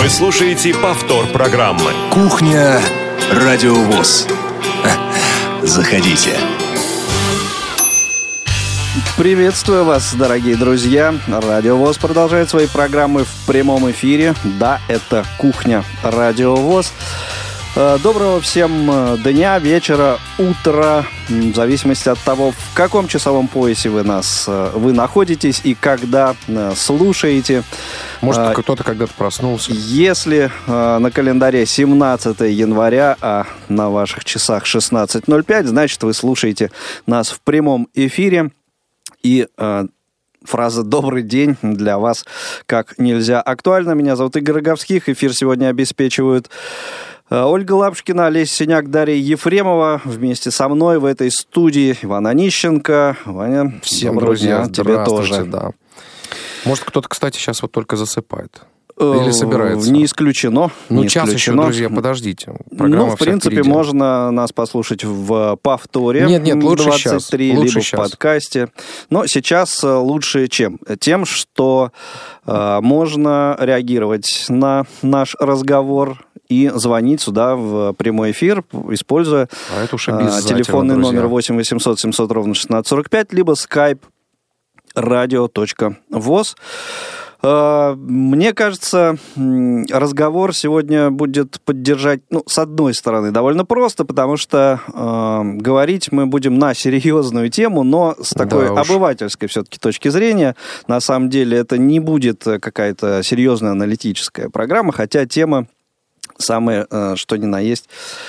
Вы слушаете повтор программы «Кухня. Радио ВОС». Заходите. Приветствую вас, дорогие друзья. Радио ВОС продолжает свои программы в прямом эфире. Да, это «Кухня. Радио ВОС». Доброго всем дня, вечера, утра, в зависимости от того, в каком часовом поясе вы находитесь и когда слушаете. Может, кто-то когда-то проснулся. Если на календаре 17 января, а на ваших часах 16:05, значит, вы слушаете нас в прямом эфире. И фраза «Добрый день» для вас как нельзя актуальна. Меня зовут Игорь Роговских. Эфир сегодня обеспечивают Ольга Лапушкина, Олеся Синяк, Дарья Ефремова. Вместе со мной в этой студии Иван Онищенко. Ваня, всем доброго дня, тебе тоже. Да. Может, кто-то, кстати, сейчас вот только засыпает. Или собирается? Не исключено. Ну, час еще, друзья, подождите. Программа в принципе, впереди. Можно нас послушать в повторе. Нет, лучше 23, сейчас. Либо лучше в подкасте. Но сейчас лучше чем? Тем, что можно реагировать на наш разговор и звонить сюда в прямой эфир, используя телефонный номер 8 800 700 ровно 1645, либо skype radio.voz. Мне кажется, разговор сегодня будет поддержать, с одной стороны, довольно просто, потому что говорить мы будем на серьезную тему, но с такой обывательской все-таки точки зрения. На самом деле это не будет какая-то серьезная аналитическая программа, хотя тема самая, что ни на есть,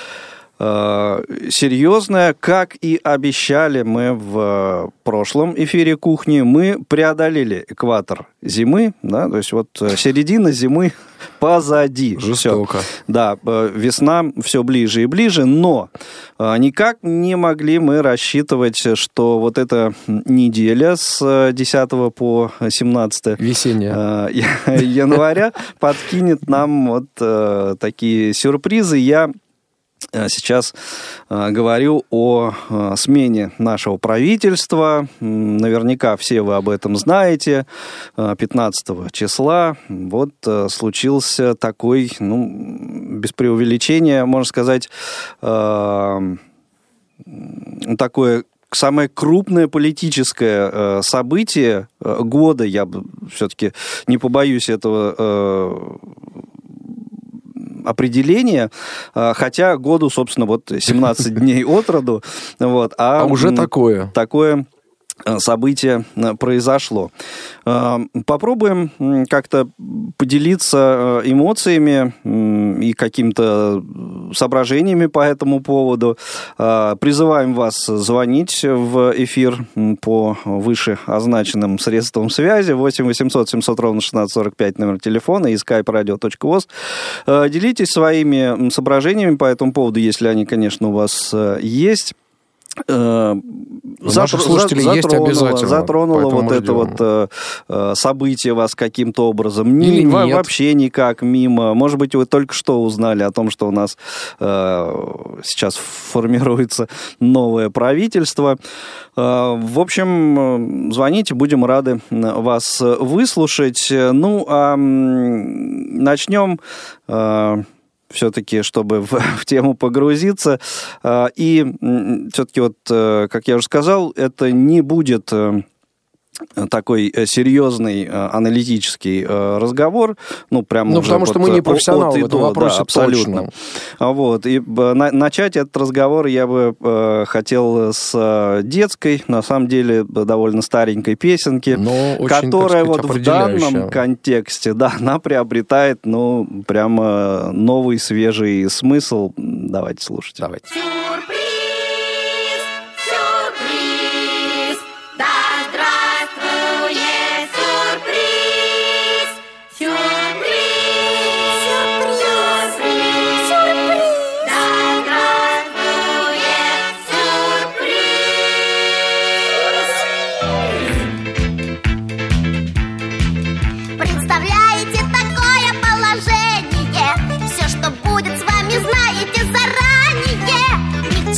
серьезная. Как и обещали мы в прошлом эфире «Кухни», мы преодолели экватор зимы, да, то есть вот середина зимы позади. Жестоко. Все. Да, весна все ближе и ближе, но никак не могли мы рассчитывать, что вот эта неделя с 10 по 17 весенняя января подкинет нам вот такие сюрпризы. Я сейчас говорю о смене нашего правительства. Наверняка все вы об этом знаете. 15 числа вот случился такой, без преувеличения, можно сказать, такое самое крупное политическое событие года, я бы все-таки не побоюсь этого определение, хотя году, собственно, вот 17 дней от роду, вот, а уже такое событие произошло. Попробуем как-то поделиться эмоциями и какими-то соображениями по этому поводу. Призываем вас звонить в эфир по вышеозначенным средствам связи. 8 800 700 ровно 1645 номер телефона и skype radio.voz. Делитесь своими соображениями по этому поводу, если они, конечно, у вас есть. Наших слушателей есть обязательно. Затронуло вот это вот событие вас каким-то образом. Или нет. Вообще никак мимо. Может быть, вы только что узнали о том, что у нас сейчас формируется новое правительство. В общем, звоните, будем рады вас выслушать. Начнем все-таки, чтобы в тему погрузиться. И все-таки, вот, как я уже сказал, это не будет такой серьезный аналитический разговор, прямо потому что мы не профессионалы в этом вопросе, абсолютно. Вот. И начать этот разговор я бы хотел с детской, на самом деле, довольно старенькой песенки, очень, которая вот в данном контексте, она приобретает, прямо новый, свежий смысл. Давайте слушать. Давайте. Представляете такое положение? Все, что будет с вами, знаете заранее.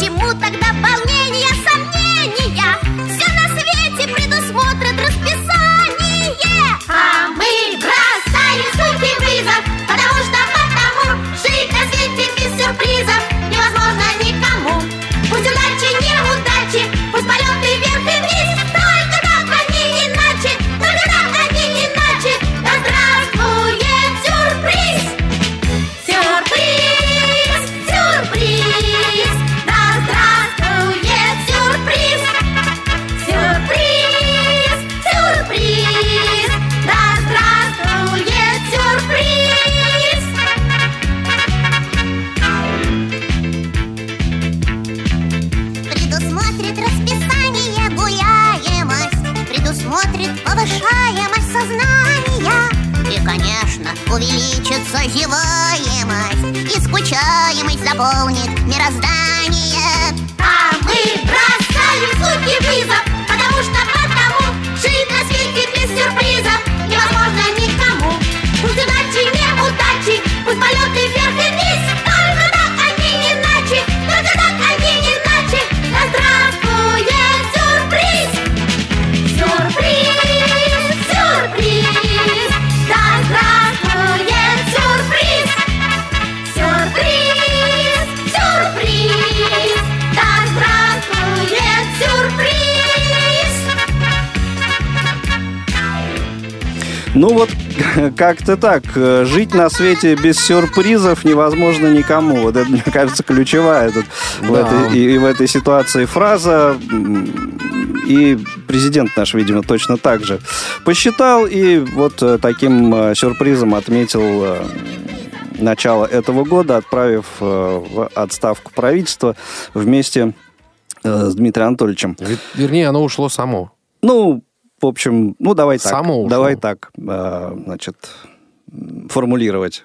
конечно, увеличится зеваемость, и скучаемость заполнит мироздание. А мы бросаем звуки вызов, потому жить на свете без сюрпризов невозможно никому. Пусть удачи, неудачи, пусть полеты вверх и вниз, только так, а не иначе, только так, а не иначе. Да здравствует сюрприз! Сюрприз, сюрприз! Да здравствует сюрприз! Сюрприз, сюрприз! Да здравствует сюрприз! Ну вот, как-то так. Жить на свете без сюрпризов невозможно никому. Вот это, мне кажется, ключевая тут в этой ситуации фраза. И президент наш, видимо, точно так же посчитал. И вот таким сюрпризом отметил начало этого года, отправив в отставку правительство вместе с Дмитрием Анатольевичем. Вернее, оно ушло само. Ну, в общем, давай так. Само ушло. Давай так, значит, формулировать.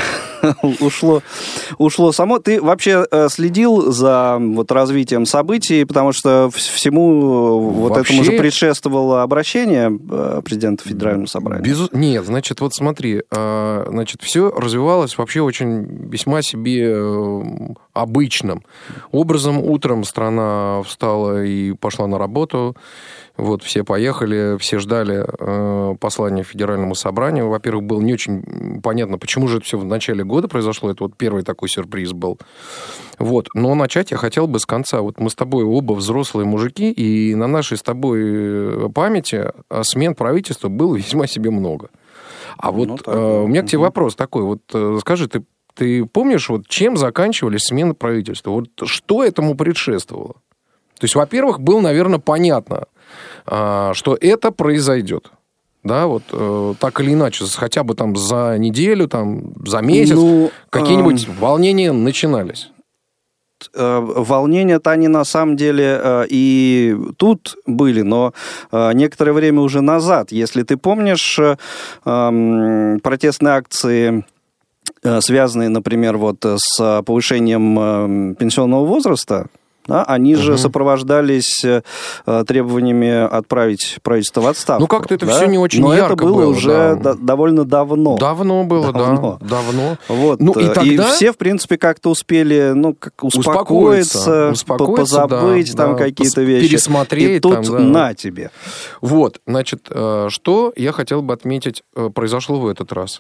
Ушло само. Ты вообще следил за развитием событий, потому что всему этому же предшествовало обращение президента Федерального собрания? Нет, значит, вот смотри, все развивалось вообще очень весьма себе обычным образом. Утром страна встала и пошла на работу. Вот, все поехали, все ждали послания Федеральному собранию. Во-первых, было не очень понятно, почему же это все в начале года произошло. Это вот первый такой сюрприз был. Вот. Но начать я хотел бы с конца. Вот мы с тобой оба взрослые мужики, и на нашей с тобой памяти смен правительства было весьма себе много. А вот у меня к тебе вопрос такой. Вот скажи, ты помнишь, вот чем заканчивались смены правительства? Вот что этому предшествовало? То есть, во-первых, было, наверное, понятно, что это произойдет. Да, вот так или иначе, хотя бы там за неделю, там, за месяц какие-нибудь волнения начинались. Волнения-то они на самом деле и тут были, но некоторое время уже назад. Если ты помнишь протестные акции, связанные, например, вот с повышением пенсионного возраста, да, они же сопровождались требованиями отправить правительство в отставку. Ну, как-то это все не очень но ярко это было уже довольно давно. Давно было, давно. Вот. Ну, и тогда... И все, в принципе, как-то успели успокоиться, позабыть там какие-то вещи. Пересмотреть. И тут на тебе. Вот, значит, что я хотел бы отметить произошло в этот раз.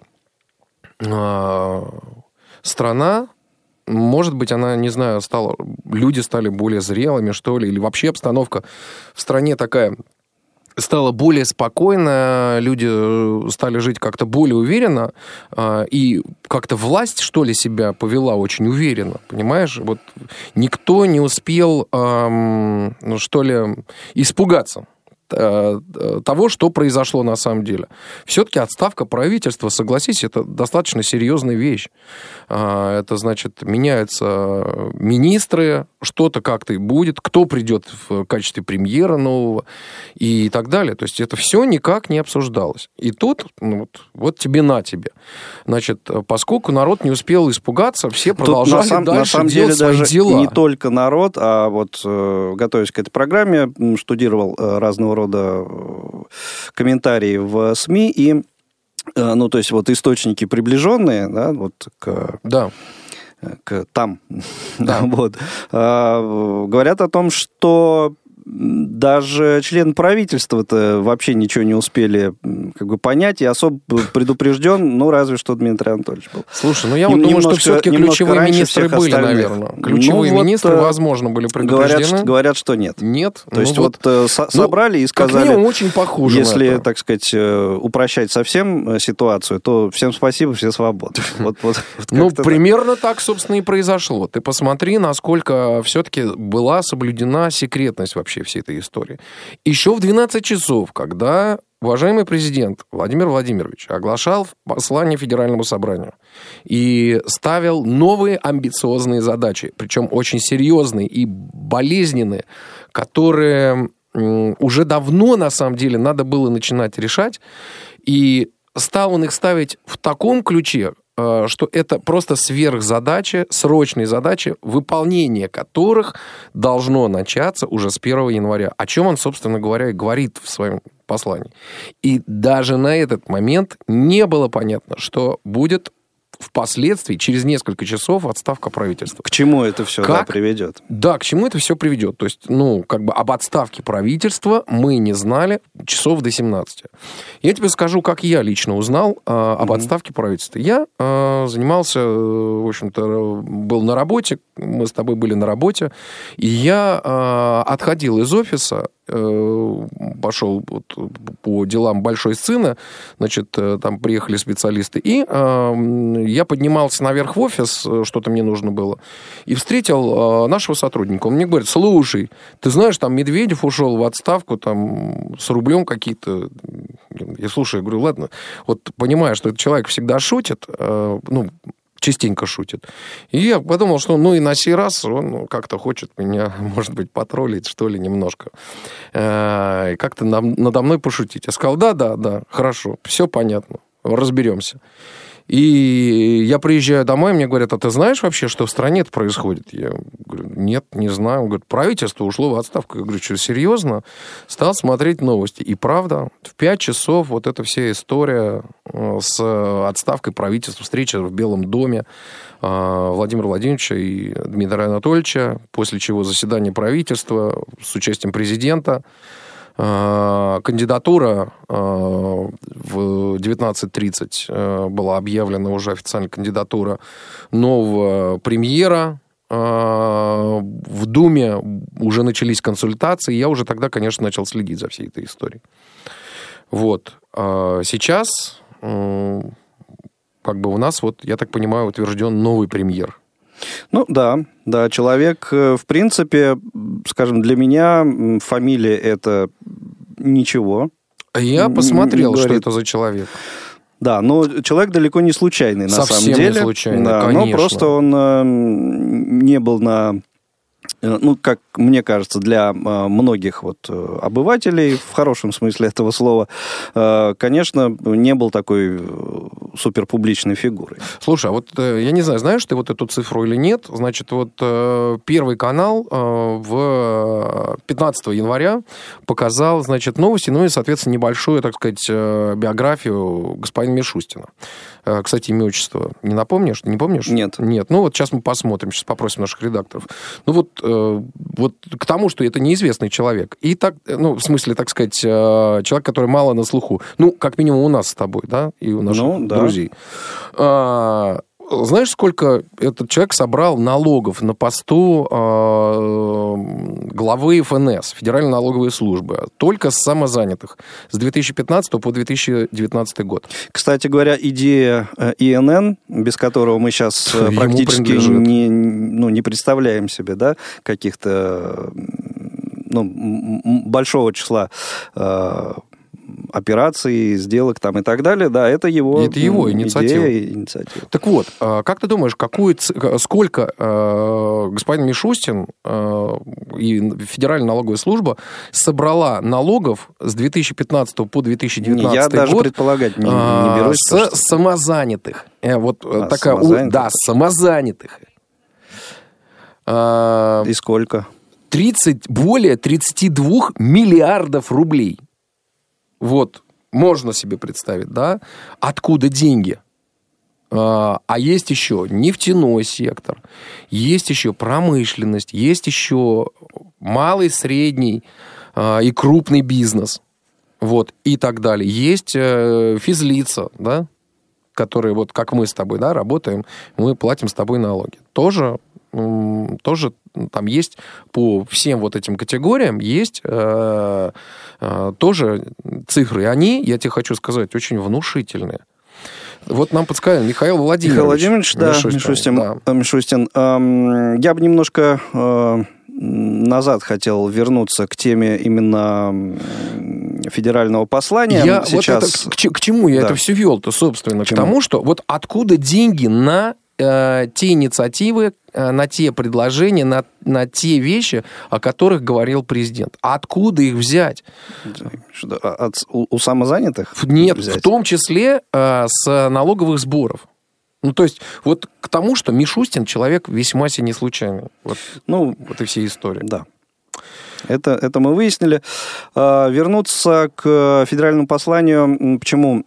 Страна, может быть, она, не знаю, люди стали более зрелыми, что ли, или вообще обстановка в стране такая стала более спокойная, люди стали жить как-то более уверенно, и как-то власть, что ли, себя повела очень уверенно, понимаешь? Вот никто не успел, что ли, испугаться того, что произошло на самом деле. Все-таки отставка правительства, согласись, это достаточно серьезная вещь. Это, значит, меняются министры, что-то как-то и будет, кто придет в качестве премьера нового и так далее. То есть это все никак не обсуждалось. И тут вот тебе на тебе. Значит, поскольку народ не успел испугаться, все продолжали дальше делать свои дела. Не только народ, а вот, готовясь к этой программе, штудировал разного рода комментарии в СМИ, и, то есть вот источники приближенные, да, вот к там, вот, говорят о том, что даже члены правительства-то вообще ничего не успели понять, и особо предупрежден, разве что Дмитрий Анатольевич был. Слушай, я думаю, что все-таки ключевые министры были, наверное. Ключевые министры, возможно, были предупреждены. Говорят, что нет. Нет? То есть собрали и сказали... Как минимум, очень похоже если, на это. Так сказать, упрощать совсем ситуацию, то всем спасибо, все свободны. Примерно так, собственно, и произошло. Ты посмотри, насколько все-таки была соблюдена секретность вообще всей этой истории. Еще в 12 часов, когда уважаемый президент Владимир Владимирович оглашал послание Федеральному собранию и ставил новые амбициозные задачи, причем очень серьезные и болезненные, которые уже давно, на самом деле, надо было начинать решать, и стал он их ставить в таком ключе, что это просто сверхзадача, срочные задачи, выполнение которых должно начаться уже с 1 января. О чем он, собственно говоря, и говорит в своем послании. И даже на этот момент не было понятно, что будет впоследствии, через несколько часов, отставка правительства. К чему это все приведет? Да, к чему это все приведет. То есть, об отставке правительства мы не знали часов до 17. Я тебе скажу, как я лично узнал об отставке правительства. Я занимался, в общем-то, был на работе, мы с тобой были на работе, и я отходил из офиса, пошел по делам большой сцены, значит, там приехали специалисты, и я поднимался наверх в офис, что-то мне нужно было, и встретил нашего сотрудника. Он мне говорит: слушай, ты знаешь, там Медведев ушел в отставку, там, с рублем какие-то. Я слушаю, я говорю, ладно, вот понимаю, что этот человек всегда шутит, частенько шутит. И я подумал, что, и на сей раз он как-то хочет меня, может быть, потроллить, что ли, немножко. И как-то надо мной пошутить. Я сказал, да, хорошо, все понятно, разберемся. И я приезжаю домой, мне говорят: а ты знаешь вообще, что в стране-то происходит? Я говорю: нет, не знаю. Он говорит: правительство ушло в отставку. Я говорю: что, серьезно? Стал смотреть новости. И правда, в 5 часов вот эта вся история с отставкой правительства, встреча в Белом доме Владимира Владимировича и Дмитрия Анатольевича, после чего заседание правительства с участием президента. Кандидатура в 19:30 была объявлена уже официально, кандидатура нового премьера. В Думе уже начались консультации. Я уже тогда, конечно, начал следить за всей этой историей. Вот. Сейчас у нас, я так понимаю, утвержден новый премьер. Да, человек, в принципе, скажем, для меня фамилия это ничего. Я посмотрел, что это за человек. Да, но человек далеко не случайный, на самом деле. Совсем не случайный, конечно. Но просто он не был как мне кажется, для многих обывателей, в хорошем смысле этого слова, конечно, не был такой суперпубличной фигурой. Слушай, я не знаю, знаешь ты эту цифру или нет, значит, Первый канал 15 января показал, значит, новости, и, соответственно, небольшую, так сказать, биографию господина Мишустина. Кстати, имя, отчество не напомнишь? Не помнишь? Нет. Нет. Сейчас мы посмотрим, сейчас попросим наших редакторов. К тому, что это неизвестный человек. И так, в смысле, так сказать, человек, который мало на слуху. Как минимум у нас с тобой, да, и у наших друзей. Знаешь, сколько этот человек собрал налогов на посту главы ФНС, Федеральной налоговой службы, только с самозанятых, с 2015 по 2019 год? Кстати говоря, идея ИНН, без которого мы сейчас практически не представляем себе, да, каких-то большого числа операций, сделок там и так далее, да, это его инициатива. Так вот, как ты думаешь, сколько господин Мишустин и Федеральная налоговая служба собрала налогов с 2015 по 2019 год? Я даже предполагать не берусь. С самозанятых. Самозанятых. И сколько? Более 32 миллиардов рублей. Можно себе представить, да, откуда деньги. А есть еще нефтяной сектор, есть еще промышленность, есть еще малый, средний и крупный бизнес, и так далее. Есть физлица, да, которые, как мы с тобой, да, работаем, мы платим с тобой налоги. Тоже там есть по всем этим категориям есть тоже цифры. И они, я тебе хочу сказать, очень внушительные. Нам подсказали Михаил Владимирович. Мишустин. Я бы немножко назад хотел вернуться к теме именно федерального послания. К чему я это все вел-то, собственно? К тому, что откуда деньги на те инициативы, на те предложения, на те вещи, о которых говорил президент. А откуда их взять? У самозанятых? Нет, взять? В том числе с налоговых сборов. Ну, то есть, вот к тому, что Мишустин человек весьма себе не случайный. Вот и вся история. Да. Это мы выяснили. Вернуться к федеральному посланию. Почему?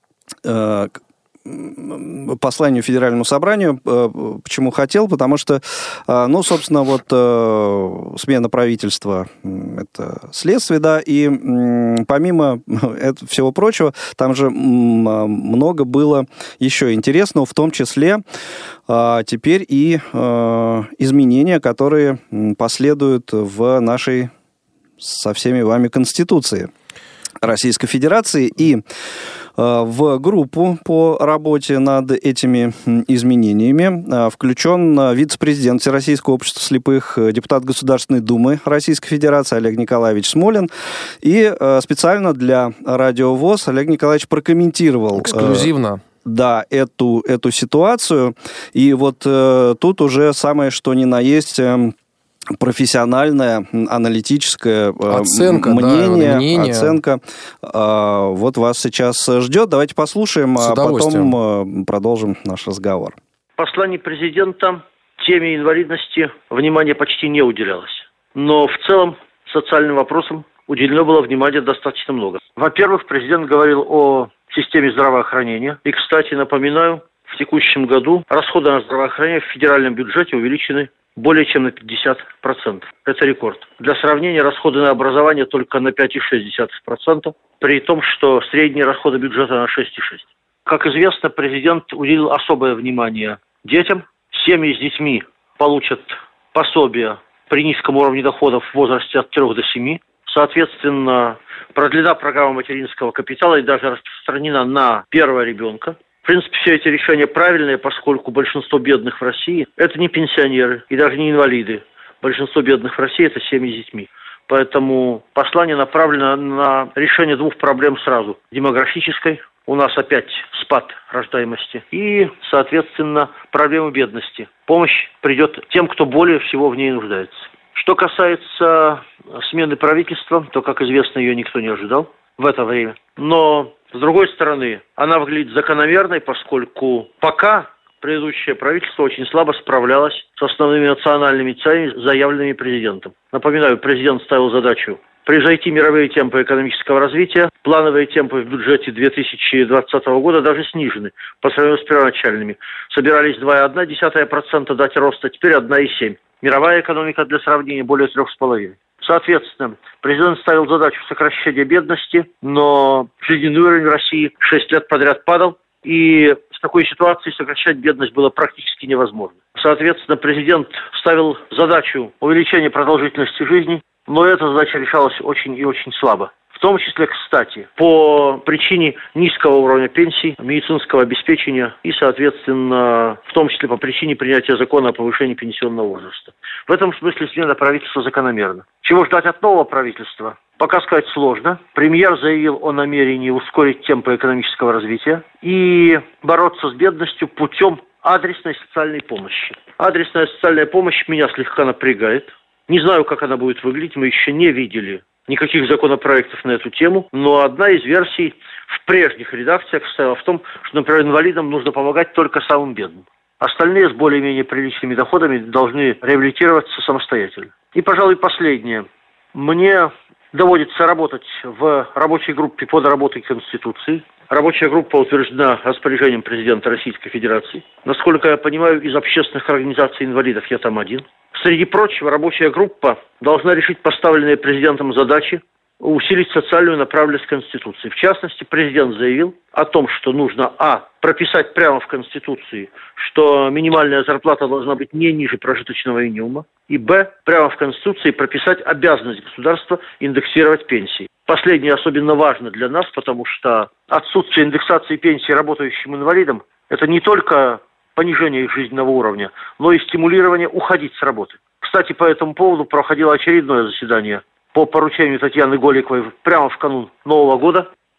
Посланию Федеральному собранию. Почему хотел? Потому что, собственно, смена правительства – это следствие, да, и помимо всего прочего, там же много было еще интересного, в том числе теперь и изменения, которые последуют в нашей со всеми вами Конституции Российской Федерации. И в группу по работе над этими изменениями включен вице-президент Всероссийского общества слепых, депутат Государственной Думы Российской Федерации Олег Николаевич Смолин. И специально для Радио ВОС Олег Николаевич прокомментировал... Эксклюзивно. Да, эту ситуацию. И вот тут уже самое что ни на есть... профессиональная, аналитическая мнение, оценка. Вот вас сейчас ждет. Давайте послушаем, а потом продолжим наш разговор. В послании президента теме инвалидности внимания почти не уделялось. Но в целом социальным вопросам уделено было внимания достаточно много. Во-первых, президент говорил о системе здравоохранения. И, кстати, напоминаю, в текущем году расходы на здравоохранение в федеральном бюджете увеличены более чем на 50%. Это рекорд. Для сравнения, расходы на образование только на 5,6%, при том, что средние расходы бюджета на 6,6%. Как известно, президент уделил особое внимание детям. Семьи с детьми получат пособие при низком уровне доходов в возрасте от 3 до 7. Соответственно, продлена программа материнского капитала и даже распространена на первого ребенка. В принципе, все эти решения правильные, поскольку большинство бедных в России – это не пенсионеры и даже не инвалиды. Большинство бедных в России – это семьи с детьми. Поэтому послание направлено на решение двух проблем сразу. Демографической – у нас опять спад рождаемости. И, соответственно, проблемы бедности. Помощь придет тем, кто более всего в ней нуждается. Что касается смены правительства, то, как известно, ее никто не ожидал в это время. Но, с другой стороны, она выглядит закономерной, поскольку пока предыдущее правительство очень слабо справлялось с основными национальными целями, заявленными президентом. Напоминаю, президент ставил задачу превзойти мировые темпы экономического развития. Плановые темпы в бюджете 2020 года даже снижены по сравнению с первоначальными. Собирались 2,1% дать роста, теперь 1,7%. Мировая экономика для сравнения более 3,5%. Соответственно, президент ставил задачу сокращения бедности, но жизненный уровень в России 6 лет подряд падал, и в такой ситуации сокращать бедность было практически невозможно. Соответственно, президент ставил задачу увеличения продолжительности жизни, но эта задача решалась очень и очень слабо. В том числе, кстати, по причине низкого уровня пенсий, медицинского обеспечения и, соответственно, в том числе по причине принятия закона о повышении пенсионного возраста. В этом смысле смена правительства закономерна. Чего ждать от нового правительства? Пока сказать сложно. Премьер заявил о намерении ускорить темпы экономического развития и бороться с бедностью путем адресной социальной помощи. Адресная социальная помощь меня слегка напрягает. Не знаю, как она будет выглядеть, мы еще не видели никаких законопроектов на эту тему, но одна из версий в прежних редакциях состояла в том, что, например, инвалидам нужно помогать только самым бедным. Остальные с более-менее приличными доходами должны реабилитироваться самостоятельно. И, пожалуй, последнее. Мне доводится работать в рабочей группе по доработке Конституции. Рабочая группа утверждена распоряжением президента Российской Федерации. Насколько я понимаю, из общественных организаций инвалидов я там один. Среди прочего, рабочая группа должна решить поставленные президентом задачи, усилить социальную направленность Конституции. В частности, президент заявил о том, что нужно прописать прямо в Конституции, что минимальная зарплата должна быть не ниже прожиточного минимума, и прямо в Конституции прописать обязанность государства индексировать пенсии. Последнее особенно важно для нас, потому что отсутствие индексации пенсии работающим инвалидам – это не только понижение их жизненного уровня, но и стимулирование уходить с работы. Кстати, по этому поводу проходило очередное заседание по поручению Татьяны Голиковой прямо в канун Нового года.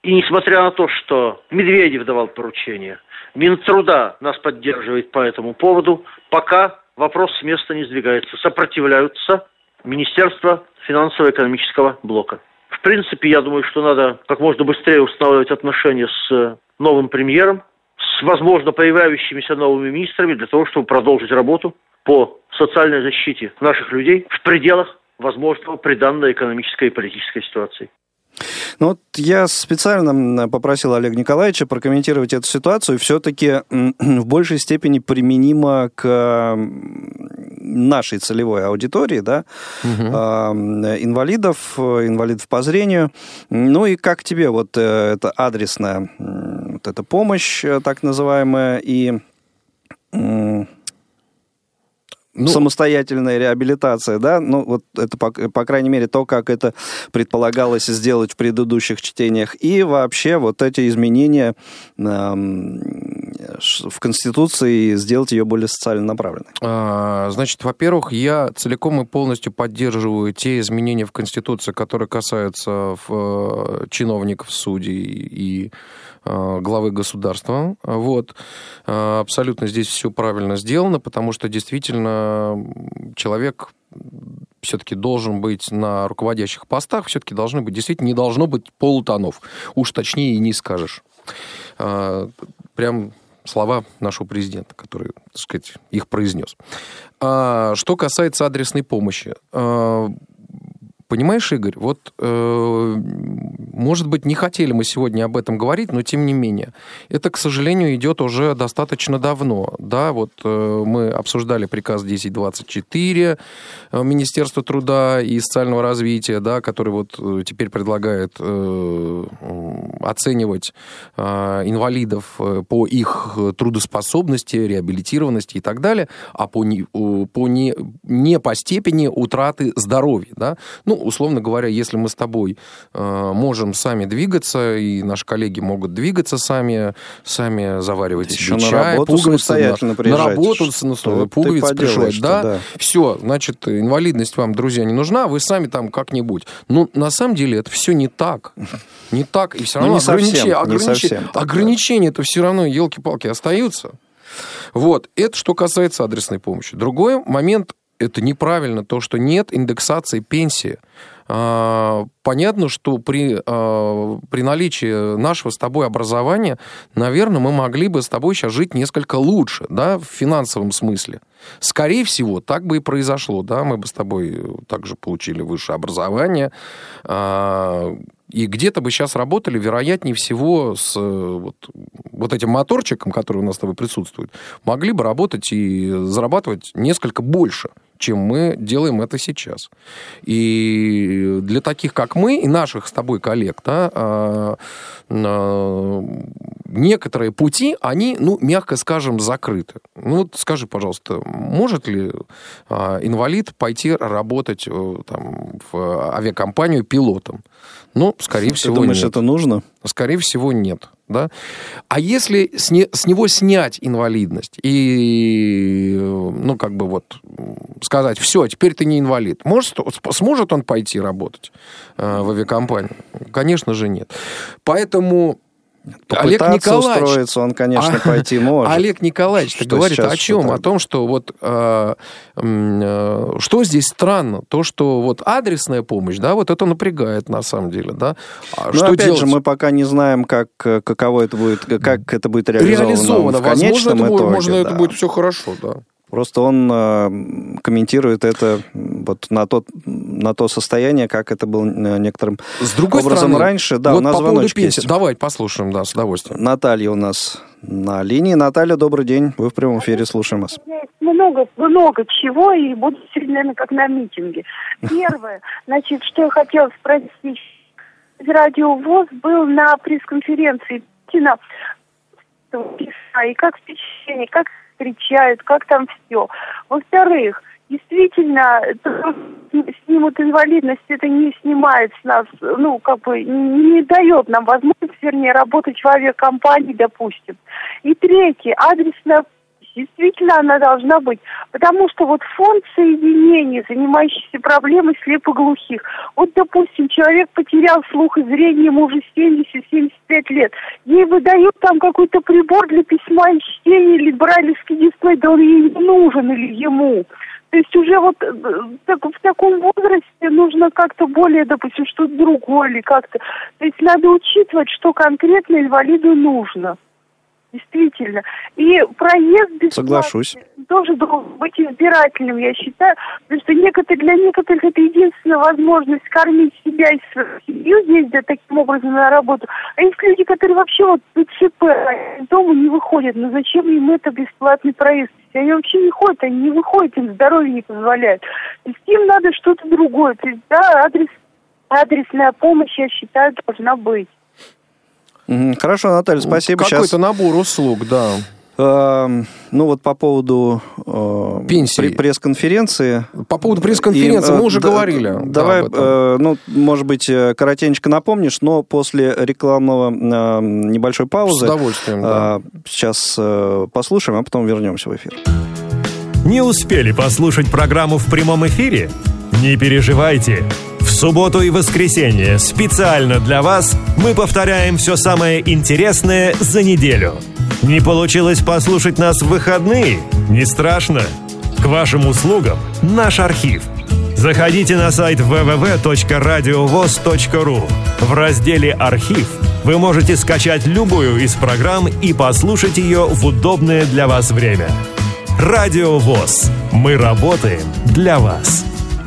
И несмотря на то, что Медведев давал поручение, Минтруда нас поддерживает по этому поводу, пока вопрос с места не сдвигается. Сопротивляются Министерство финансово-экономического блока. В принципе, я думаю, что надо как можно быстрее устанавливать отношения с новым премьером, с, возможно, появляющимися новыми министрами, для того, чтобы продолжить работу по социальной защите наших людей в пределах возможного при данной экономической и политической ситуации. Ну вот я специально попросил Олега Николаевича прокомментировать эту ситуацию. Все-таки в большей степени применимо к нашей целевой аудитории, да, инвалидов по зрению. Ну и как тебе вот эта адресная вот эта помощь, так называемая, и самостоятельная реабилитация, да, ну вот это, по крайней мере, то, как это предполагалось сделать в предыдущих чтениях, и вообще вот эти изменения в Конституции, сделать ее более социально направленной. Значит, во-первых, я целиком и полностью поддерживаю те изменения в Конституции, которые касаются чиновников, судей и главы государства. Вот. Абсолютно здесь все правильно сделано, потому что действительно человек все-таки должен быть на руководящих постах, все-таки должны быть, действительно, не должно быть полутонов. Уж точнее и не скажешь. Прям слова нашего президента, который, так сказать, их произнес. Что касается адресной помощи. Понимаешь, Игорь, вот, может быть, не хотели мы сегодня об этом говорить, но тем не менее. Это, к сожалению, идет уже достаточно давно. Да, вот мы обсуждали приказ 1024 Министерства труда и социального развития, да, который вот теперь предлагает оценивать инвалидов по их трудоспособности, реабилитированности и так далее, а не по степени утраты здоровья, да. Ну, условно говоря, если мы с тобой можем сами двигаться, и наши коллеги могут двигаться сами заваривать себе чай, пуговицы, на работу пуговицы пришивать, да? Все, значит, инвалидность вам, друзья, не нужна, вы сами там как-нибудь. Ну, на самом деле, это все не так. Не так, и все равно ограничения-то все равно, елки-палки, остаются. Вот, это что касается адресной помощи. Другой момент. Это неправильно, то, что нет индексации пенсии. Понятно, что при наличии нашего с тобой образования, наверное, мы могли бы с тобой сейчас жить несколько лучше, да, в финансовом смысле. Скорее всего, так бы и произошло, да, мы бы с тобой также получили высшее образование, и где-то бы сейчас работали, вероятнее всего, с вот этим моторчиком, который у нас с тобой присутствует, могли бы работать и зарабатывать несколько больше, чем мы делаем это сейчас. И для таких, как мы, и наших с тобой коллег, да, некоторые пути, они, ну, мягко скажем, закрыты. Ну, вот скажи, пожалуйста, может ли инвалид пойти работать там, в авиакомпанию пилотом? Ну, скорее всего, нет. Ты думаешь, это нужно? Скорее всего, нет. Да? А если с него снять инвалидность и, ну, как бы вот сказать, все, теперь ты не инвалид, сможет он пойти работать в авиакомпанию? Конечно же, нет. Поэтому Олег Николаевич устроиться он, конечно, пойти может. Олег Николаевич говорит о чем? О том, что вот что здесь странно? То, что вот адресная помощь, да, вот это напрягает на самом деле, да. Что опять делать? Же, мы пока не знаем, каково это будет, как это будет реализовано в конечном итоге. Возможно, это будет все хорошо, да. Просто он комментирует это вот на то состояние, как это было некоторым образом раньше. Да, вот у нас по поводу пенсии. Есть. Давай послушаем, да, с удовольствием. Наталья у нас на линии. Наталья, добрый день. Вы в прямом эфире, слушаем вас. Много чего, и буду наверное, как на митинге. Первое, значит, что я хотела спросить. Радио ВОС был на пресс-конференции Путина. И как впечатление, как встречают, как там все. Во-вторых, действительно, снимут инвалидность, это не снимает с нас, ну, как бы, не дает нам возможность, вернее, работать в авиакомпании, допустим. И третье, адресная помощь. Действительно, она должна быть. Потому что вот фонд соединения, занимающийся проблемой слепоглухих. Вот, допустим, человек потерял слух и зрение, ему уже 70-75 лет. Ей выдают там какой-то прибор для письма и чтения или брайлевский дисплей, да он ей не нужен или ему. То есть уже вот в таком возрасте нужно как-то более, допустим, что-то другое или как-то. То есть надо учитывать, что конкретно инвалиду нужно. Действительно. И проезд бесплатный. Соглашусь. Тоже должен быть избирательным, я считаю. Потому что для некоторых это единственная возможность кормить себя и свою семью, ездят таким образом на работу. А есть люди, которые вообще вот ЦП из дома не выходят. Но зачем им это бесплатный проезд? Они вообще не ходят, они не выходят, им здоровье не позволяет. То есть им надо что-то другое. То есть, да, адресная помощь, я считаю, должна быть. Хорошо, Наталья, спасибо. Какой-то набор услуг, да. Ну вот по поводу пенсии. Пресс-конференции. По поводу пресс-конференции мы уже говорили. Давай, может быть, коротенько напомнишь, но после рекламного небольшой паузы. С удовольствием, да. Сейчас послушаем, а потом вернемся в эфир. Не успели послушать программу в прямом эфире? Не переживайте. В субботу и воскресенье специально для вас мы повторяем все самое интересное за неделю. Не получилось послушать нас в выходные? Не страшно. К вашим услугам наш архив. Заходите на сайт www.radiovoz.ru. В разделе «Архив» вы можете скачать любую из программ и послушать ее в удобное для вас время. Радио ВОС. Мы работаем для вас.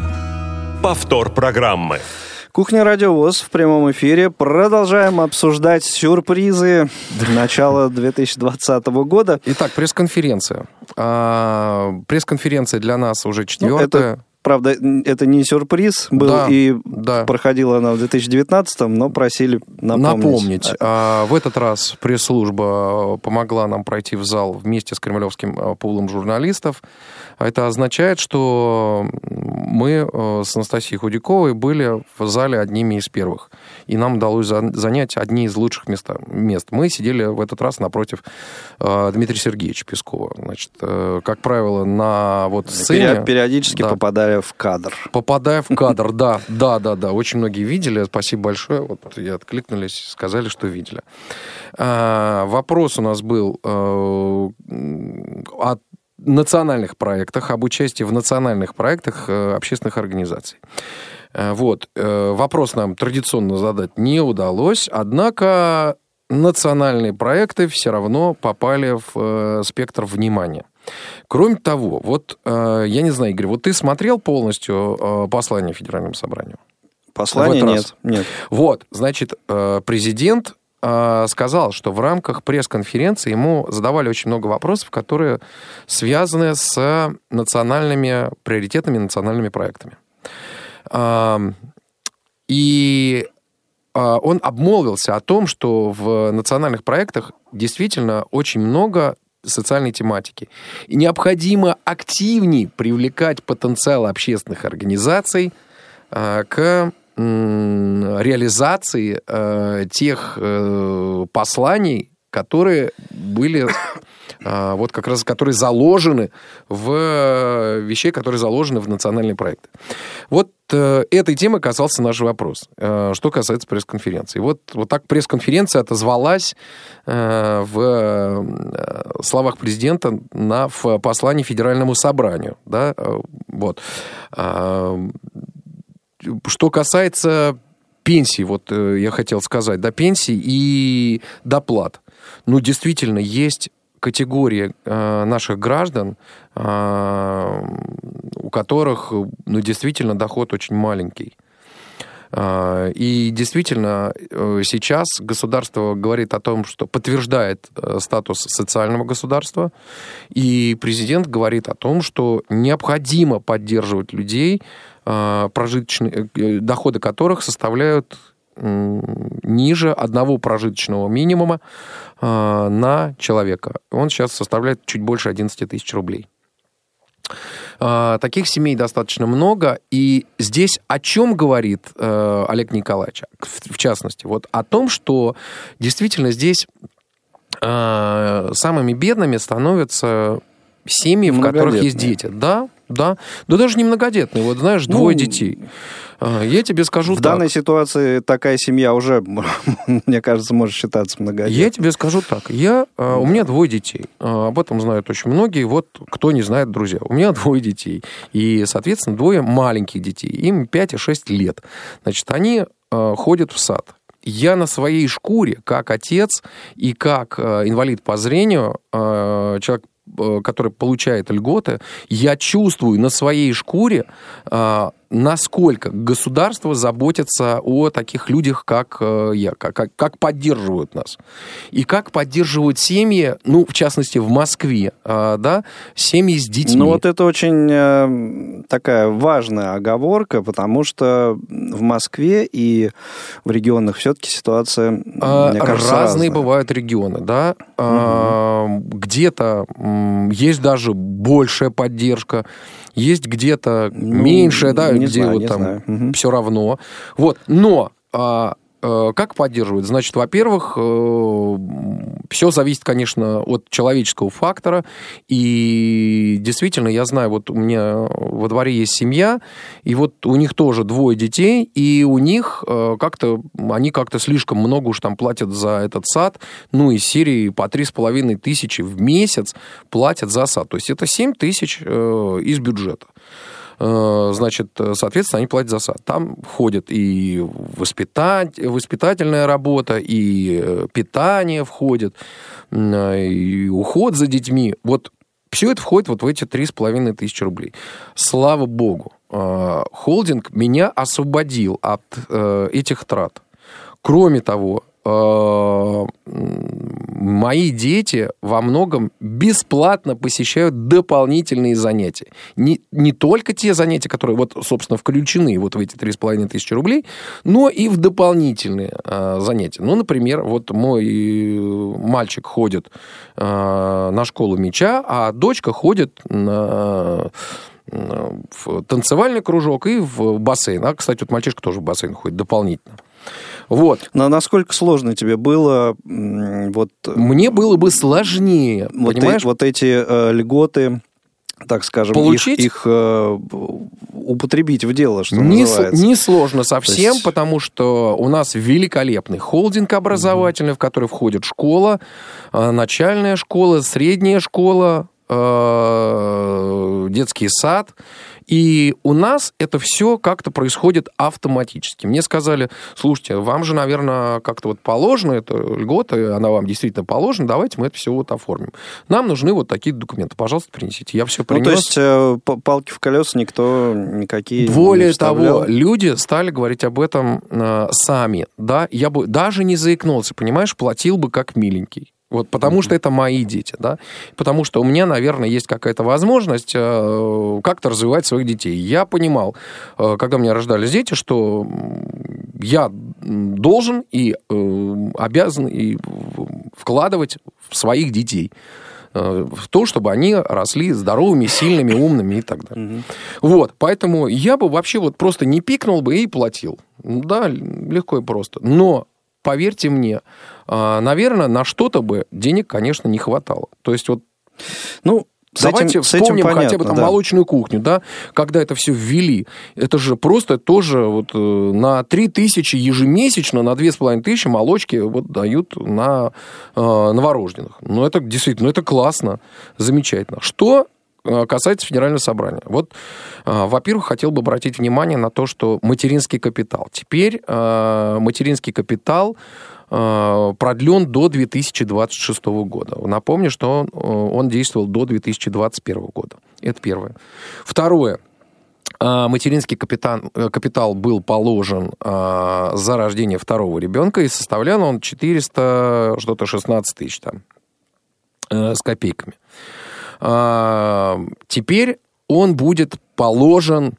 Повтор программы. Кухня Радио ВОС в прямом эфире. Продолжаем обсуждать сюрпризы начала 2020 года. Итак, пресс-конференция. Пресс-конференция для нас уже 4-я. Правда, это не сюрприз был, проходила она в 2019-м, но просили напомнить. В этот раз пресс-служба помогла нам пройти в зал вместе с кремлевским пулом журналистов. Это означает, что мы с Анастасией Худяковой были в зале одними из первых. И нам удалось занять одни из лучших мест. Мы сидели в этот раз напротив Дмитрия Сергеевича Пескова. Значит, как правило, на сцене... Периодически попадая в кадр. Попадая в кадр, да. Очень многие видели. Спасибо большое. Вот и откликнулись, сказали, что видели. Вопрос у нас был от национальных проектах, об участии в национальных проектах общественных организаций. Вопрос нам традиционно задать не удалось, однако национальные проекты все равно попали в спектр внимания. Кроме того, я не знаю, Игорь, ты смотрел полностью послание Федеральному собранию? Послание нет. Значит, президент сказал, что в рамках пресс-конференции ему задавали очень много вопросов, которые связаны с национальными приоритетными, национальными проектами. И он обмолвился о том, что в национальных проектах действительно очень много социальной тематики. И необходимо активнее привлекать потенциал общественных организаций к реализации тех посланий, которые были как раз которые заложены в вещей, которые заложены в национальные проекты. Этой темой касался наш вопрос, что касается пресс-конференции. Вот так пресс-конференция отозвалась в словах президента в послании Федеральному собранию. Да? Что касается пенсий, я хотел сказать, пенсий и доплат. Действительно, есть категории наших граждан, у которых, действительно, доход очень маленький. И действительно, сейчас государство говорит о том, что подтверждает статус социального государства, и президент говорит о том, что необходимо поддерживать людей, доходы которых составляют ниже одного прожиточного минимума на человека. Он сейчас составляет чуть больше 11 тысяч рублей. Таких семей достаточно много. И здесь о чем говорит Олег Николаевич? В частности, о том, что действительно здесь самыми бедными становятся семьи, в которых есть дети. Да. Даже не многодетные. Вот знаешь, двое детей. Я тебе скажу так. В данной ситуации такая семья уже, мне кажется, может считаться многодетной. Я тебе скажу так. У меня двое детей. Об этом знают очень многие. Вот кто не знает, друзья. У меня двое детей. И, соответственно, двое маленьких детей. Им 5 и 6 лет. Значит, они ходят в сад. Я на своей шкуре, как отец и как инвалид по зрению, человек, который получает льготы, я чувствую на своей шкуре, насколько государство заботится о таких людях, как я, как поддерживают нас. И как поддерживают семьи, в частности, в Москве, да, семьи с детьми. Вот это очень такая важная оговорка, потому что в Москве и в регионах все-таки ситуация, мне кажется, разная. Бывают регионы, да. Где-то есть даже большая поддержка, есть где-то меньшая, да, где все равно. Вот, но как поддерживают? Значит, во-первых, все зависит, конечно, от человеческого фактора. И действительно, я знаю, вот у меня во дворе есть семья, и вот у них тоже двое детей, и у них они как-то слишком много уж там платят за этот сад. Из серии по 3500 в месяц платят за сад. То есть это 7000 из бюджета. Значит, соответственно, они платят за сад. Там входит и воспитательная работа, и питание входит, и уход за детьми. Вот все это входит вот в эти 3500 рублей. Слава богу, холдинг меня освободил от этих трат. Кроме того, мои дети во многом бесплатно посещают дополнительные занятия. Не только те занятия, которые, вот, собственно, включены вот в эти 3500 рублей, но и в дополнительные занятия. Например, вот мой мальчик ходит на школу мяча, а дочка ходит в танцевальный кружок и в бассейн. Кстати, вот мальчишка тоже в бассейн ходит дополнительно. Вот. Но насколько сложно тебе было? Мне было бы сложнее, понимаешь? Вот эти льготы, так скажем, получить? их употребить в дело, что называется. Не сложно совсем, потому что у нас великолепный холдинг образовательный, в который входит школа, начальная школа, средняя школа, детский сад. И у нас это все как-то происходит автоматически. Мне сказали, слушайте, вам же, наверное, как-то вот положено, это льгота, она вам действительно положена, давайте мы это все вот оформим. Нам нужны вот такие документы, пожалуйста, принесите. Я все принес. То есть палки в колеса никто никакие Более не вставлял? того, люди стали говорить об этом сами. Да? Я бы даже не заикнулся, понимаешь, платил бы как миленький. Вот, потому что это мои дети, да, потому что у меня, наверное, есть какая-то возможность как-то развивать своих детей. Я понимал, когда у меня рождались дети, что я должен и обязан и вкладывать в своих детей в то, чтобы они росли здоровыми, сильными, умными и так далее. Вот, поэтому я бы вообще вот просто не пикнул бы и платил. Да, легко и просто. Но поверьте мне, наверное, на что-то бы денег, конечно, не хватало. То есть вот... Давайте вспомним хотя бы там молочную кухню, да, когда это все ввели. Это же просто тоже вот на 3000 ежемесячно, на 2500 молочки вот дают на новорожденных. Это действительно, это классно, замечательно. Что касается Федерального собрания. Вот, во-первых, хотел бы обратить внимание на то, что материнский капитал. Теперь материнский капитал продлен до 2026 года. Напомню, что он действовал до 2021 года. Это первое. Второе. Материнский капитал был положен за рождение второго ребенка, и составлял он 416 тысяч там, с копейками. Теперь он будет положен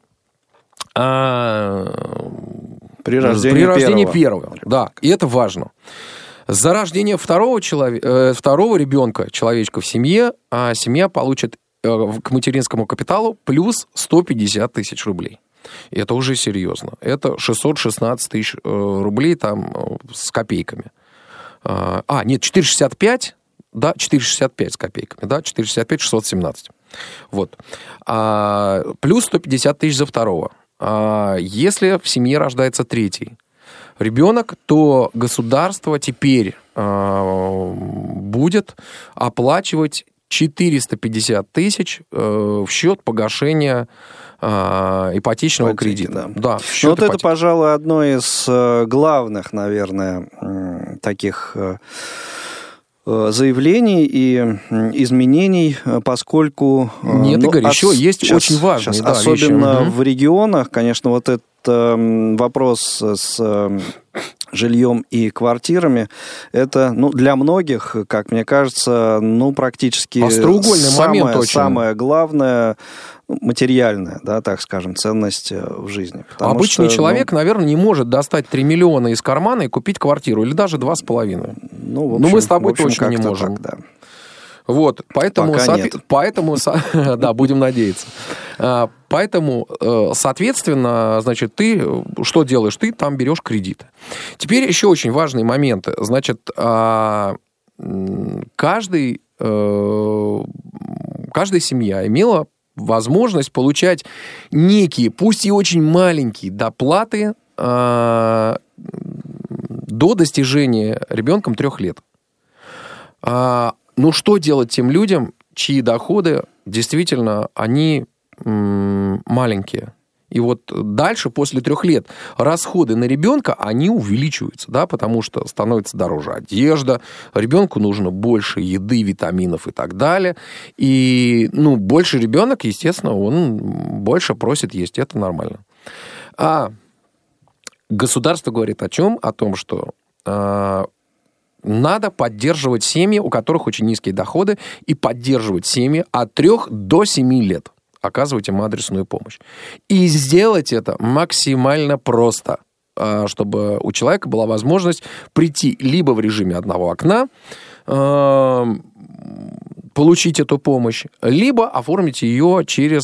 при рождении первого. Да, и это важно. За рождение второго ребенка, человечка в семье, семья получит к материнскому капиталу плюс 150 тысяч рублей. И это уже серьезно. Это 616 тысяч рублей там с копейками. 465 да, 4,65 с копейками, да, 4,65, 617. Вот. Плюс 150 тысяч за второго. Если в семье рождается третий ребенок, то государство теперь будет оплачивать 450 тысяч в счет погашения ипотечного кредита. Да, вот это, пожалуй, одно из главных, наверное, таких заявлений и изменений, поскольку... Нет, Игорь, еще есть очень важные особенно вещи. В регионах, конечно, вот этот вопрос с жильем и квартирами, это, для многих, как мне кажется, практически самое главное, материальная, да, так скажем, ценность в жизни. Обычный человек, наверное, не может достать 3 миллиона из кармана и купить квартиру, или даже 2,5. Мы с тобой точно не можем. Так, да. Вот, поэтому, да, будем надеяться. Поэтому, соответственно, значит, ты что делаешь? Ты там берешь кредит. Теперь еще очень важный момент. Значит, каждая семья имела возможность получать некие, пусть и очень маленькие, доплаты до достижения ребенком 3 лет. Что делать тем людям, чьи доходы действительно, они маленькие? И вот дальше, после 3 лет, расходы на ребенка, они увеличиваются, да, потому что становится дороже одежда, ребенку нужно больше еды, витаминов и так далее. И, больше ребенок, естественно, он больше просит есть, это нормально. А государство говорит о чем? О том, что надо поддерживать семьи, у которых очень низкие доходы, и поддерживать семьи от 3 до 7 лет. Оказывать им адресную помощь. И сделать это максимально просто, чтобы у человека была возможность прийти либо в режиме одного окна, получить эту помощь, либо оформить ее через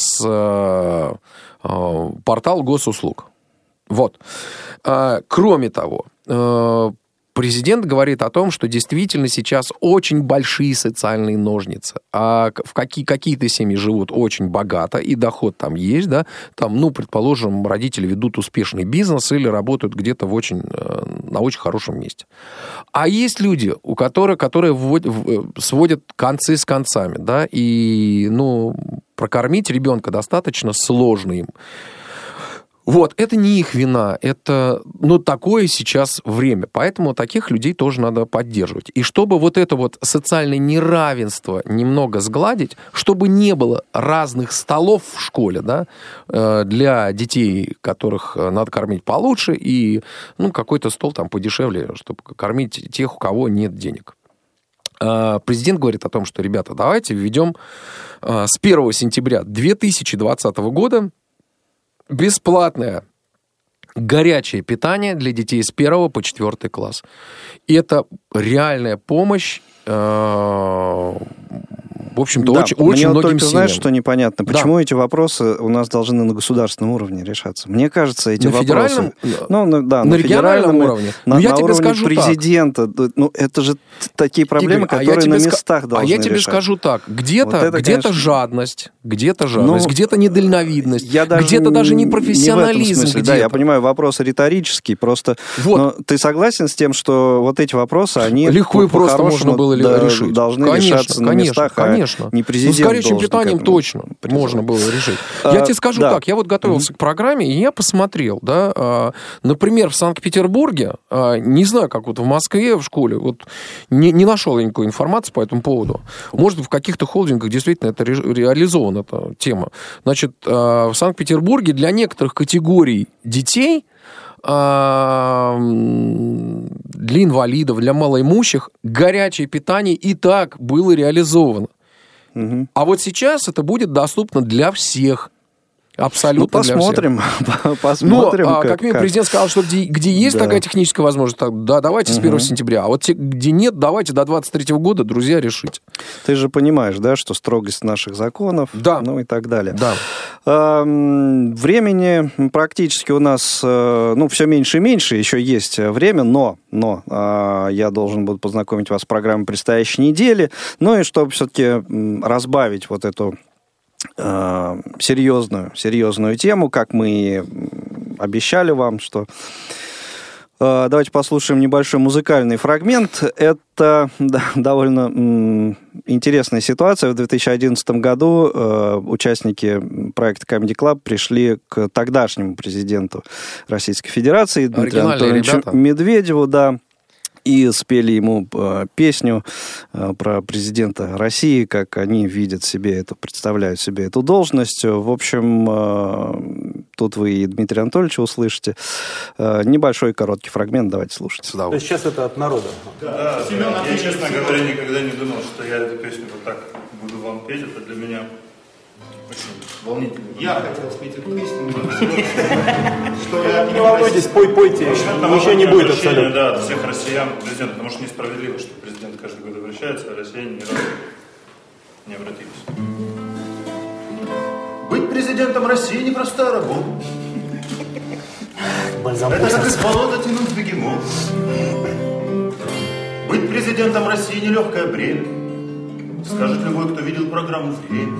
портал госуслуг. Вот. Кроме того, президент говорит о том, что действительно сейчас очень большие социальные ножницы. А в какие-то семьи живут очень богато, и доход там есть, да, там, предположим, родители ведут успешный бизнес или работают где-то на очень хорошем месте. А есть люди, которые сводят концы с концами, да, и, прокормить ребенка достаточно сложно им. Вот, это не их вина, это, такое сейчас время, поэтому таких людей тоже надо поддерживать. И чтобы вот это вот социальное неравенство немного сгладить, чтобы не было разных столов в школе, да, для детей, которых надо кормить получше, и, какой-то стол там подешевле, чтобы кормить тех, у кого нет денег. Президент говорит о том, что, ребята, давайте введем с 1 сентября 2020 года бесплатное горячее питание для детей с 1 по 4 класс. И это реальная помощь, в общем-то, очень многим семьям. Знаешь, что непонятно? Почему эти вопросы у нас должны на государственном уровне решаться? Мне кажется, эти вопросы... на региональном уровне. На уровне президента. Это же такие проблемы, Игорь, которые на местах должны решаться. А я тебе скажу так. Где-то жадность, где-то недальновидность, где-то даже непрофессионализм. Да, я понимаю, вопрос риторический. Просто ты согласен с тем, что вот эти вопросы, они легко и просто можно было решить? Должны решаться на местах, конечно. Не президент с горячим питанием точно можно было решить. Я тебе скажу так, я вот готовился к программе, и я посмотрел, да, например, в Санкт-Петербурге, не знаю, как вот в Москве в школе, вот не нашел я никакой информации по этому поводу. Может, в каких-то холдингах действительно это реализована эта тема. Значит, в Санкт-Петербурге для некоторых категорий детей, для инвалидов, для малоимущих горячее питание и так было реализовано. А вот сейчас это будет доступно для всех. Абсолютно. Посмотрим. Посмотрим. Как минимум, президент сказал, что где есть такая техническая возможность, да, давайте с 1 сентября. А вот где нет, давайте до 23 года, друзья, решите. Ты же понимаешь, да, что строгость наших законов, и так далее. Да. Времени практически у нас, все меньше и меньше, еще есть время, но я должен буду познакомить вас с программой предстоящей недели, и чтобы все-таки разбавить вот эту серьезную тему, как мы обещали вам, что давайте послушаем небольшой музыкальный фрагмент. Это довольно интересная ситуация. В 2011 году участники проекта Comedy Club пришли к тогдашнему президенту Российской Федерации Дмитрию Анатольевичу Медведеву, и спели ему песню про президента России, как они видят себе представляют себе эту должность. В общем, тут вы и Дмитрия Анатольевича услышите. Небольшой короткий фрагмент, давайте слушать. То есть сейчас это от народа? Да, я, честно говоря, никогда не думал, что я эту песню вот так буду вам петь. Это для меня очень волнительно. Я хотел спеть эту песню. Не волнуйтесь, пойте. Ничего не будет абсолютно. Да, от всех россиян президент, потому что несправедливо, что президент каждый год обращается, а россияне ни разу не обратились. Быть президентом России непростая работа. Это как из болота тянуть бегемот. Быть президентом России нелегкое бремя. Скажет любой, кто видел программу «Время».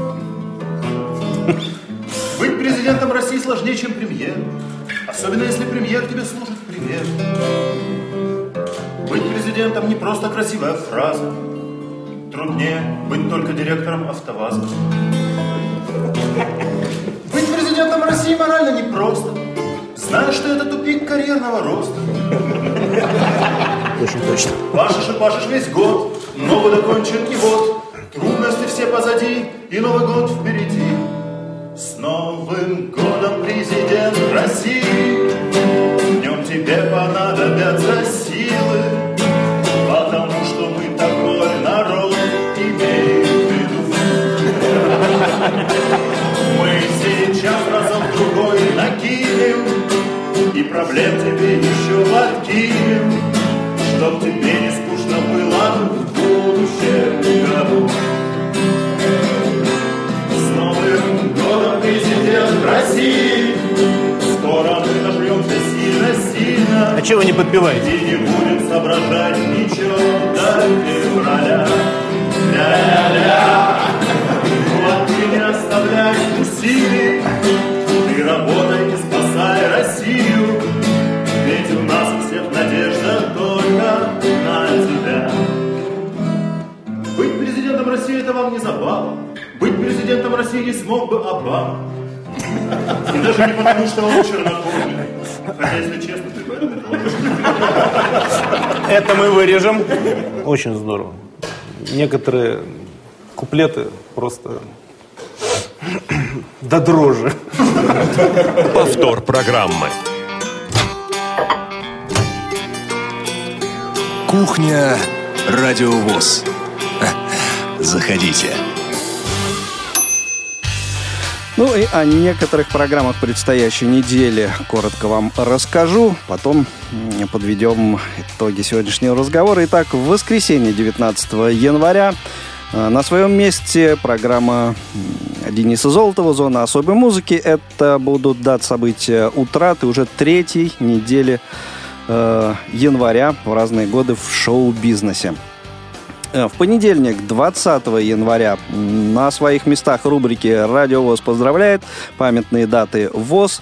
Быть президентом России сложнее, чем премьер. Особенно, если премьер тебе служит пример. Быть президентом не просто красивая фраза. Труднее быть только директором АвтоВАЗа. Быть президентом России морально непросто. Знаешь, что это тупик карьерного роста. Очень точно. Пашешь весь год, но год окончен, и вот трудности все позади, и Новый год впереди. С Новым годом, президент России! В нем тебе понадобятся силы, потому что мы такой народ, имеем в виду. Мы сейчас разок-другой накинем, и проблем тебе еще подкинем, чтоб тебе не скучно было в будущем году. С Новым годом, президент России! Скоро мы нажмемся сильно-сильно. А чего вы не подпеваете? И не будем соображать ничего до февраля. Ля-ля-ля. Ну а ты не оставляй усилий, ты работай и спасай Россию. Ведь у нас у всех надежда только на тебя. Быть президентом России — это вам не забава. Быть президентом России не смог бы Обама. И даже не потому, что он чернокожий. Хотя, если честно, ты поэтому тоже. Это мы вырежем. Очень здорово. Некоторые куплеты просто до дрожи. Повтор программы. Кухня Радио ВОС. Заходите. И о некоторых программах предстоящей недели коротко вам расскажу. Потом подведем итоги сегодняшнего разговора. Итак, в воскресенье, 19 января, на своем месте программа Дениса Золотова «Зона особой музыки». Это будут даты события утраты уже третьей недели января в разные годы в шоу-бизнесе. В понедельник, 20 января, на своих местах рубрики «Радио ВОС поздравляет», памятные даты ВОС,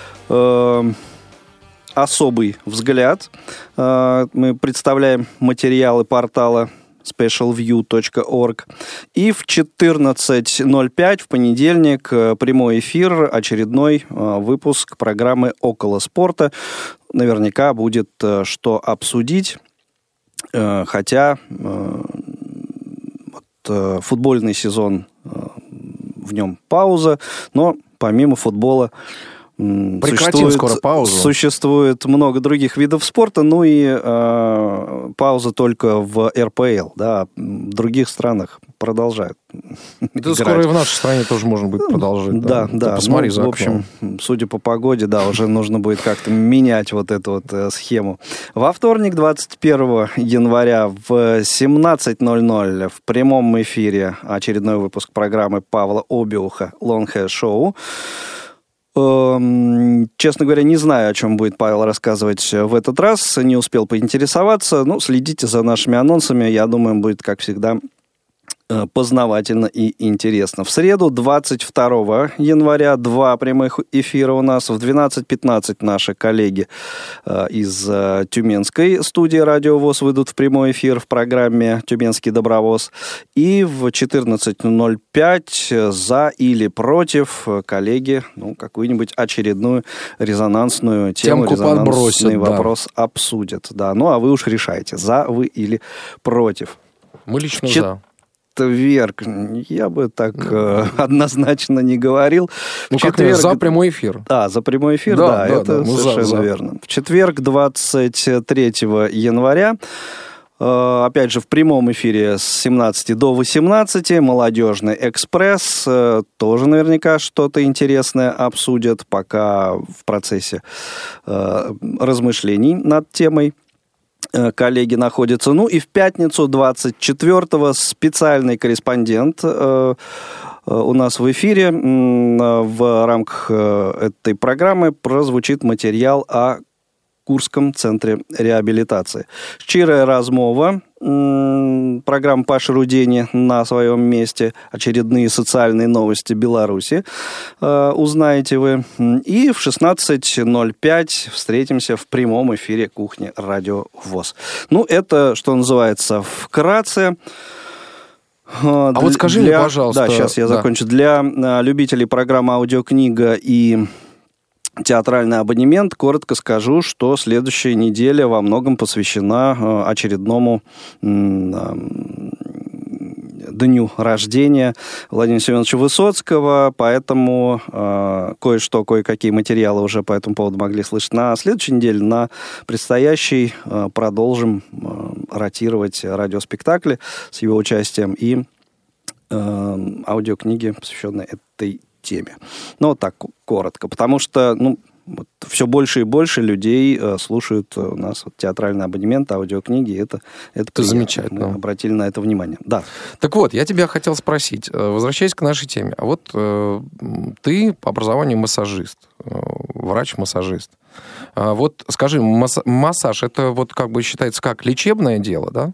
«Особый взгляд». Мы представляем материалы портала specialview.org. И в 14:05 в понедельник прямой эфир, очередной выпуск программы «Около спорта». Наверняка будет что обсудить. Хотя футбольный сезон, в нем пауза, но помимо футбола Прекратим скоро паузу. Существует много других видов спорта, ну и пауза только в РПЛ, да, в других странах продолжают играть. Скоро и в нашей стране тоже можно будет продолжать. Да. Посмотри за окном. В общем, судя по погоде, да, уже нужно будет как-то менять вот эту вот схему. Во вторник, 21 января в 17:00 в прямом эфире очередной выпуск программы Павла Обиуха «Long Hair Show». Честно говоря, не знаю, о чем будет Павел рассказывать в этот раз. Не успел поинтересоваться. Ну, следите за нашими анонсами. Я думаю, будет, как всегда, познавательно и интересно. В среду, 22 января, 2 прямых эфира у нас. В 12:15 наши коллеги из тюменской студии «Радио ВОС» выйдут в прямой эфир в программе «Тюменский добровоз». И в 14:05 за или против коллеги какую-нибудь очередную резонансную тему, резонансный вопрос обсудят. Да. Ну, а вы уж решайте, за вы или против. Мы лично за. Четверг. Я бы так однозначно не говорил. Четверг... за прямой эфир. Да, за прямой эфир, да, это совершенно верно. В четверг, 23 января, опять же, в прямом эфире с 17 до 18, «Молодежный экспресс». Тоже наверняка что-то интересное обсудят, пока в процессе размышлений над темой коллеги находятся. Ну и в пятницу 24-го специальный корреспондент у нас в эфире. В рамках этой программы прозвучит материал о Курском центре реабилитации. «Щирая размова», программа Паши Рудени на своем месте, очередные социальные новости Беларуси, узнаете вы. И в 16:05 встретимся в прямом эфире «Кухни Радио ВОС». Ну, это, что называется, вкратце. Вот скажи мне, пожалуйста... Да, сейчас я закончу. Для любителей программы «Аудиокнига» и театральный абонемент, коротко скажу, что следующая неделя во многом посвящена очередному дню рождения Владимира Семеновича Высоцкого, поэтому кое-какие материалы уже по этому поводу могли слышать. На следующей неделе, на предстоящей, продолжим ротировать радиоспектакли с его участием и аудиокниги, посвященные этой теме. Ну, вот так, коротко. Потому что, все больше и больше людей слушают у нас театральный абонемент, аудиокниги. Это замечательно. Мы обратили на это внимание. Да. Так вот, я тебя хотел спросить, возвращаясь к нашей теме. А вот ты по образованию массажист, врач-массажист. Вот скажи, массаж, это вот как бы считается как лечебное дело, да?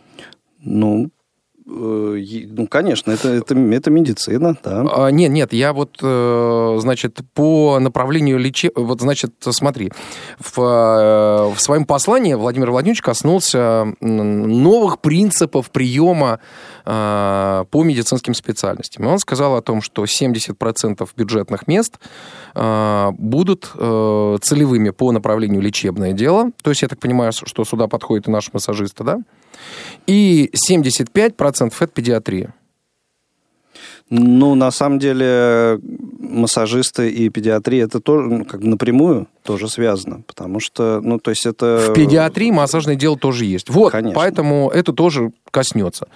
Конечно, это медицина, да. Нет, я вот, значит, по направлению вот, значит, смотри, в своем послании Владимир Владимирович коснулся новых принципов приема по медицинским специальностям. И он сказал о том, что 70% бюджетных мест будут целевыми по направлению лечебное дело. То есть, я так понимаю, что сюда подходят и наши массажисты, да? И 75% это педиатрия. На самом деле, массажисты и педиатрия, это тоже как бы напрямую тоже связано, потому что, то есть это... В педиатрии массажное дело тоже есть. Вот, конечно. Поэтому это тоже коснется.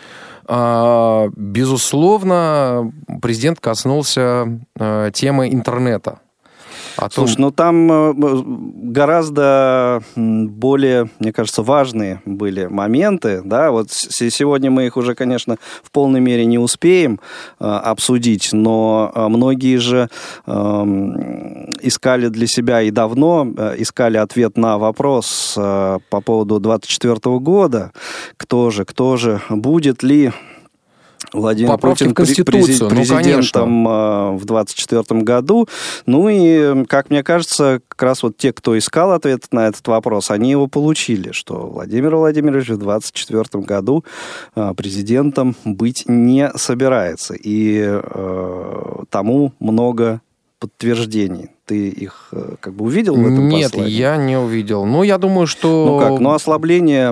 Безусловно, президент коснулся темы интернета. Слушай, там гораздо более, мне кажется, важные были моменты, да, вот сегодня мы их уже, конечно, в полной мере не успеем обсудить, но многие же искали для себя и давно искали ответ на вопрос по поводу 2024 года, кто же, будет ли Владимир Путин президентом в 2024 году. Ну и, как мне кажется, как раз вот те, кто искал ответ на этот вопрос, они его получили, что Владимир Владимирович в 2024 году президентом быть не собирается. И тому много подтверждений. Ты их как бы увидел в этом послании? Нет, я не увидел. Но я думаю, что... ослабление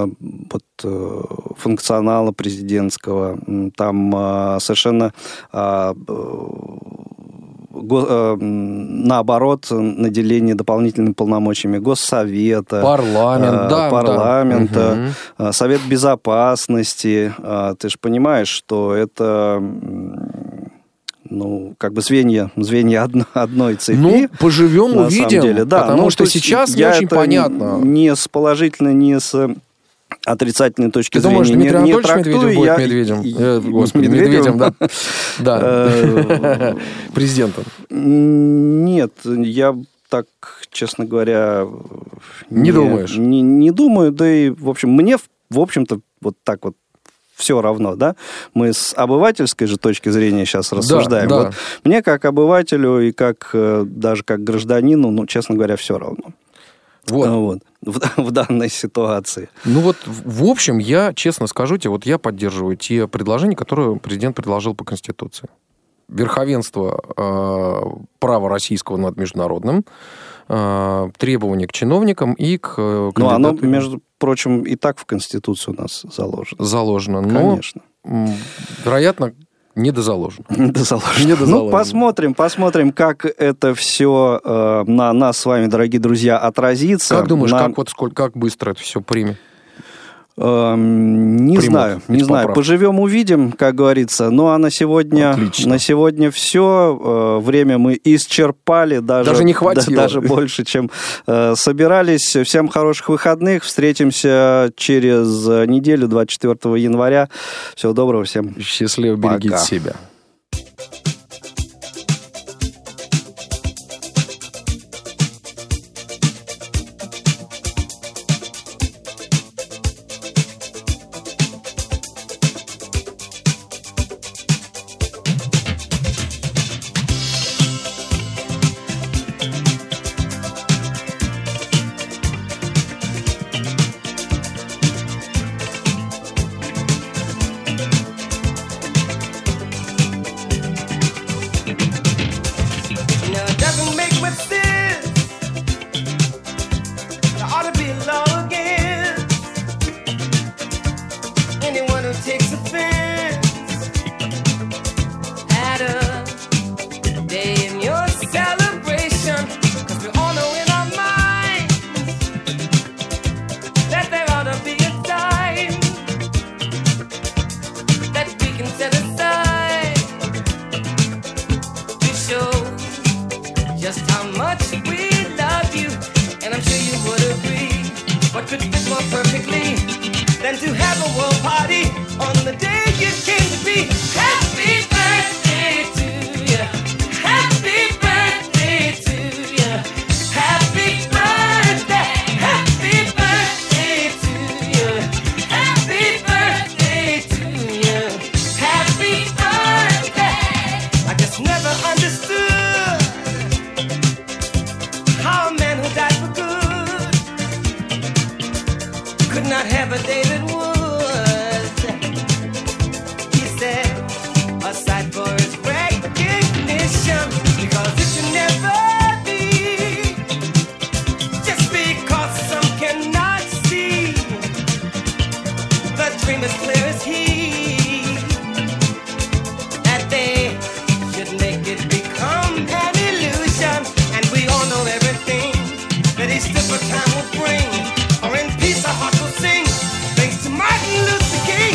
функционала президентского, там совершенно наоборот, наделение дополнительными полномочиями Госсовета, парламента, Совет Безопасности. Ты же понимаешь, что это... как бы звенья одной цепи. Ну, поживем, увидим, деле. Да, потому что сейчас не очень понятно. Не с положительной, не с отрицательной точки зрения. Ты думаешь, Дмитрий Анатольевич Медведев будет Медведем? Господи, Медведем, да. Да. Президентом. Нет, я так, честно говоря... Не думаешь? Не думаю, да и, в общем, мне, в общем-то, вот так вот все равно, да? Мы с обывательской же точки зрения сейчас рассуждаем. Да. Вот мне как обывателю и даже как гражданину, честно говоря, все равно. Вот. В данной ситуации. Ну вот, в общем, я, честно скажу тебе, вот я поддерживаю те предложения, которые президент предложил по Конституции. Верховенство права российского над международным, требования к чиновникам и к кандидатам. Ну, оно, между прочим, и так в Конституции у нас заложено. Заложено, конечно. Вероятно, недозаложено. Ну, посмотрим, как это все на нас с вами, дорогие друзья, отразится. Как думаешь, как быстро это все примет? Не знаю. Поживем, увидим, как говорится. Ну, а на сегодня все. Время мы исчерпали. Даже не хватило. Даже больше, чем собирались. Всем хороших выходных. Встретимся через неделю, 24 января. Всего доброго всем. Счастливо, берегите себя.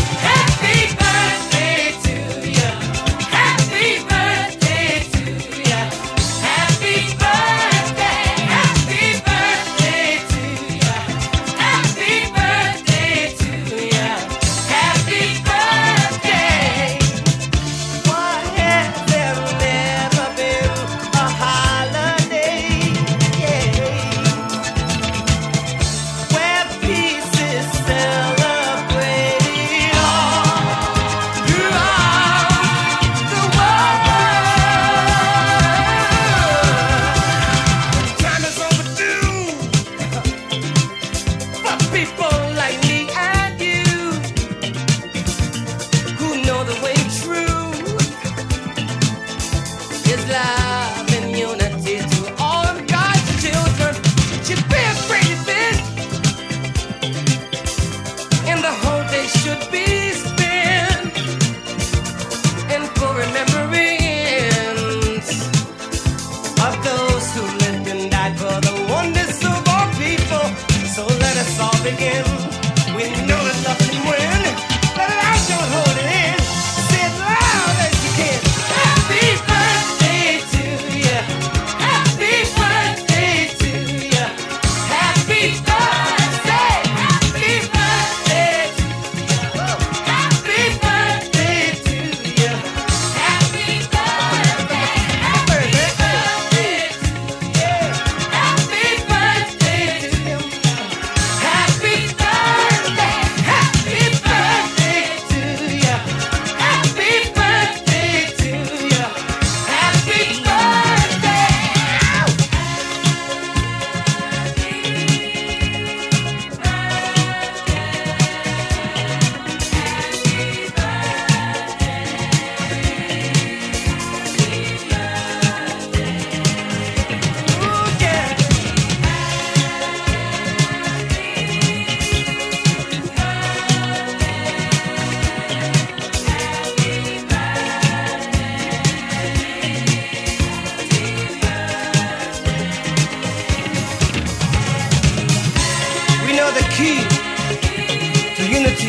Happy birthday to you.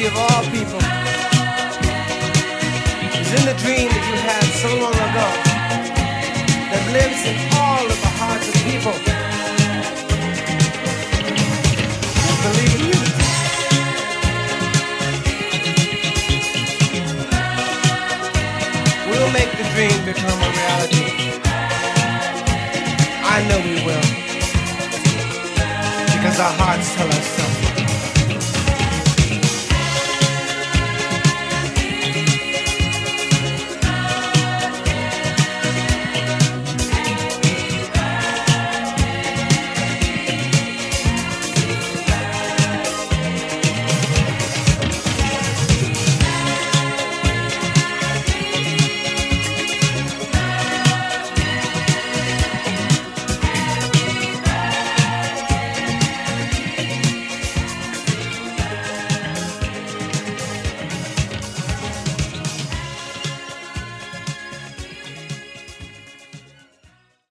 of all people is in the dream that you had so long ago that lives in all of the hearts of people who believe in unity. We'll make the dream become a reality. I know we will, because our hearts tell us so.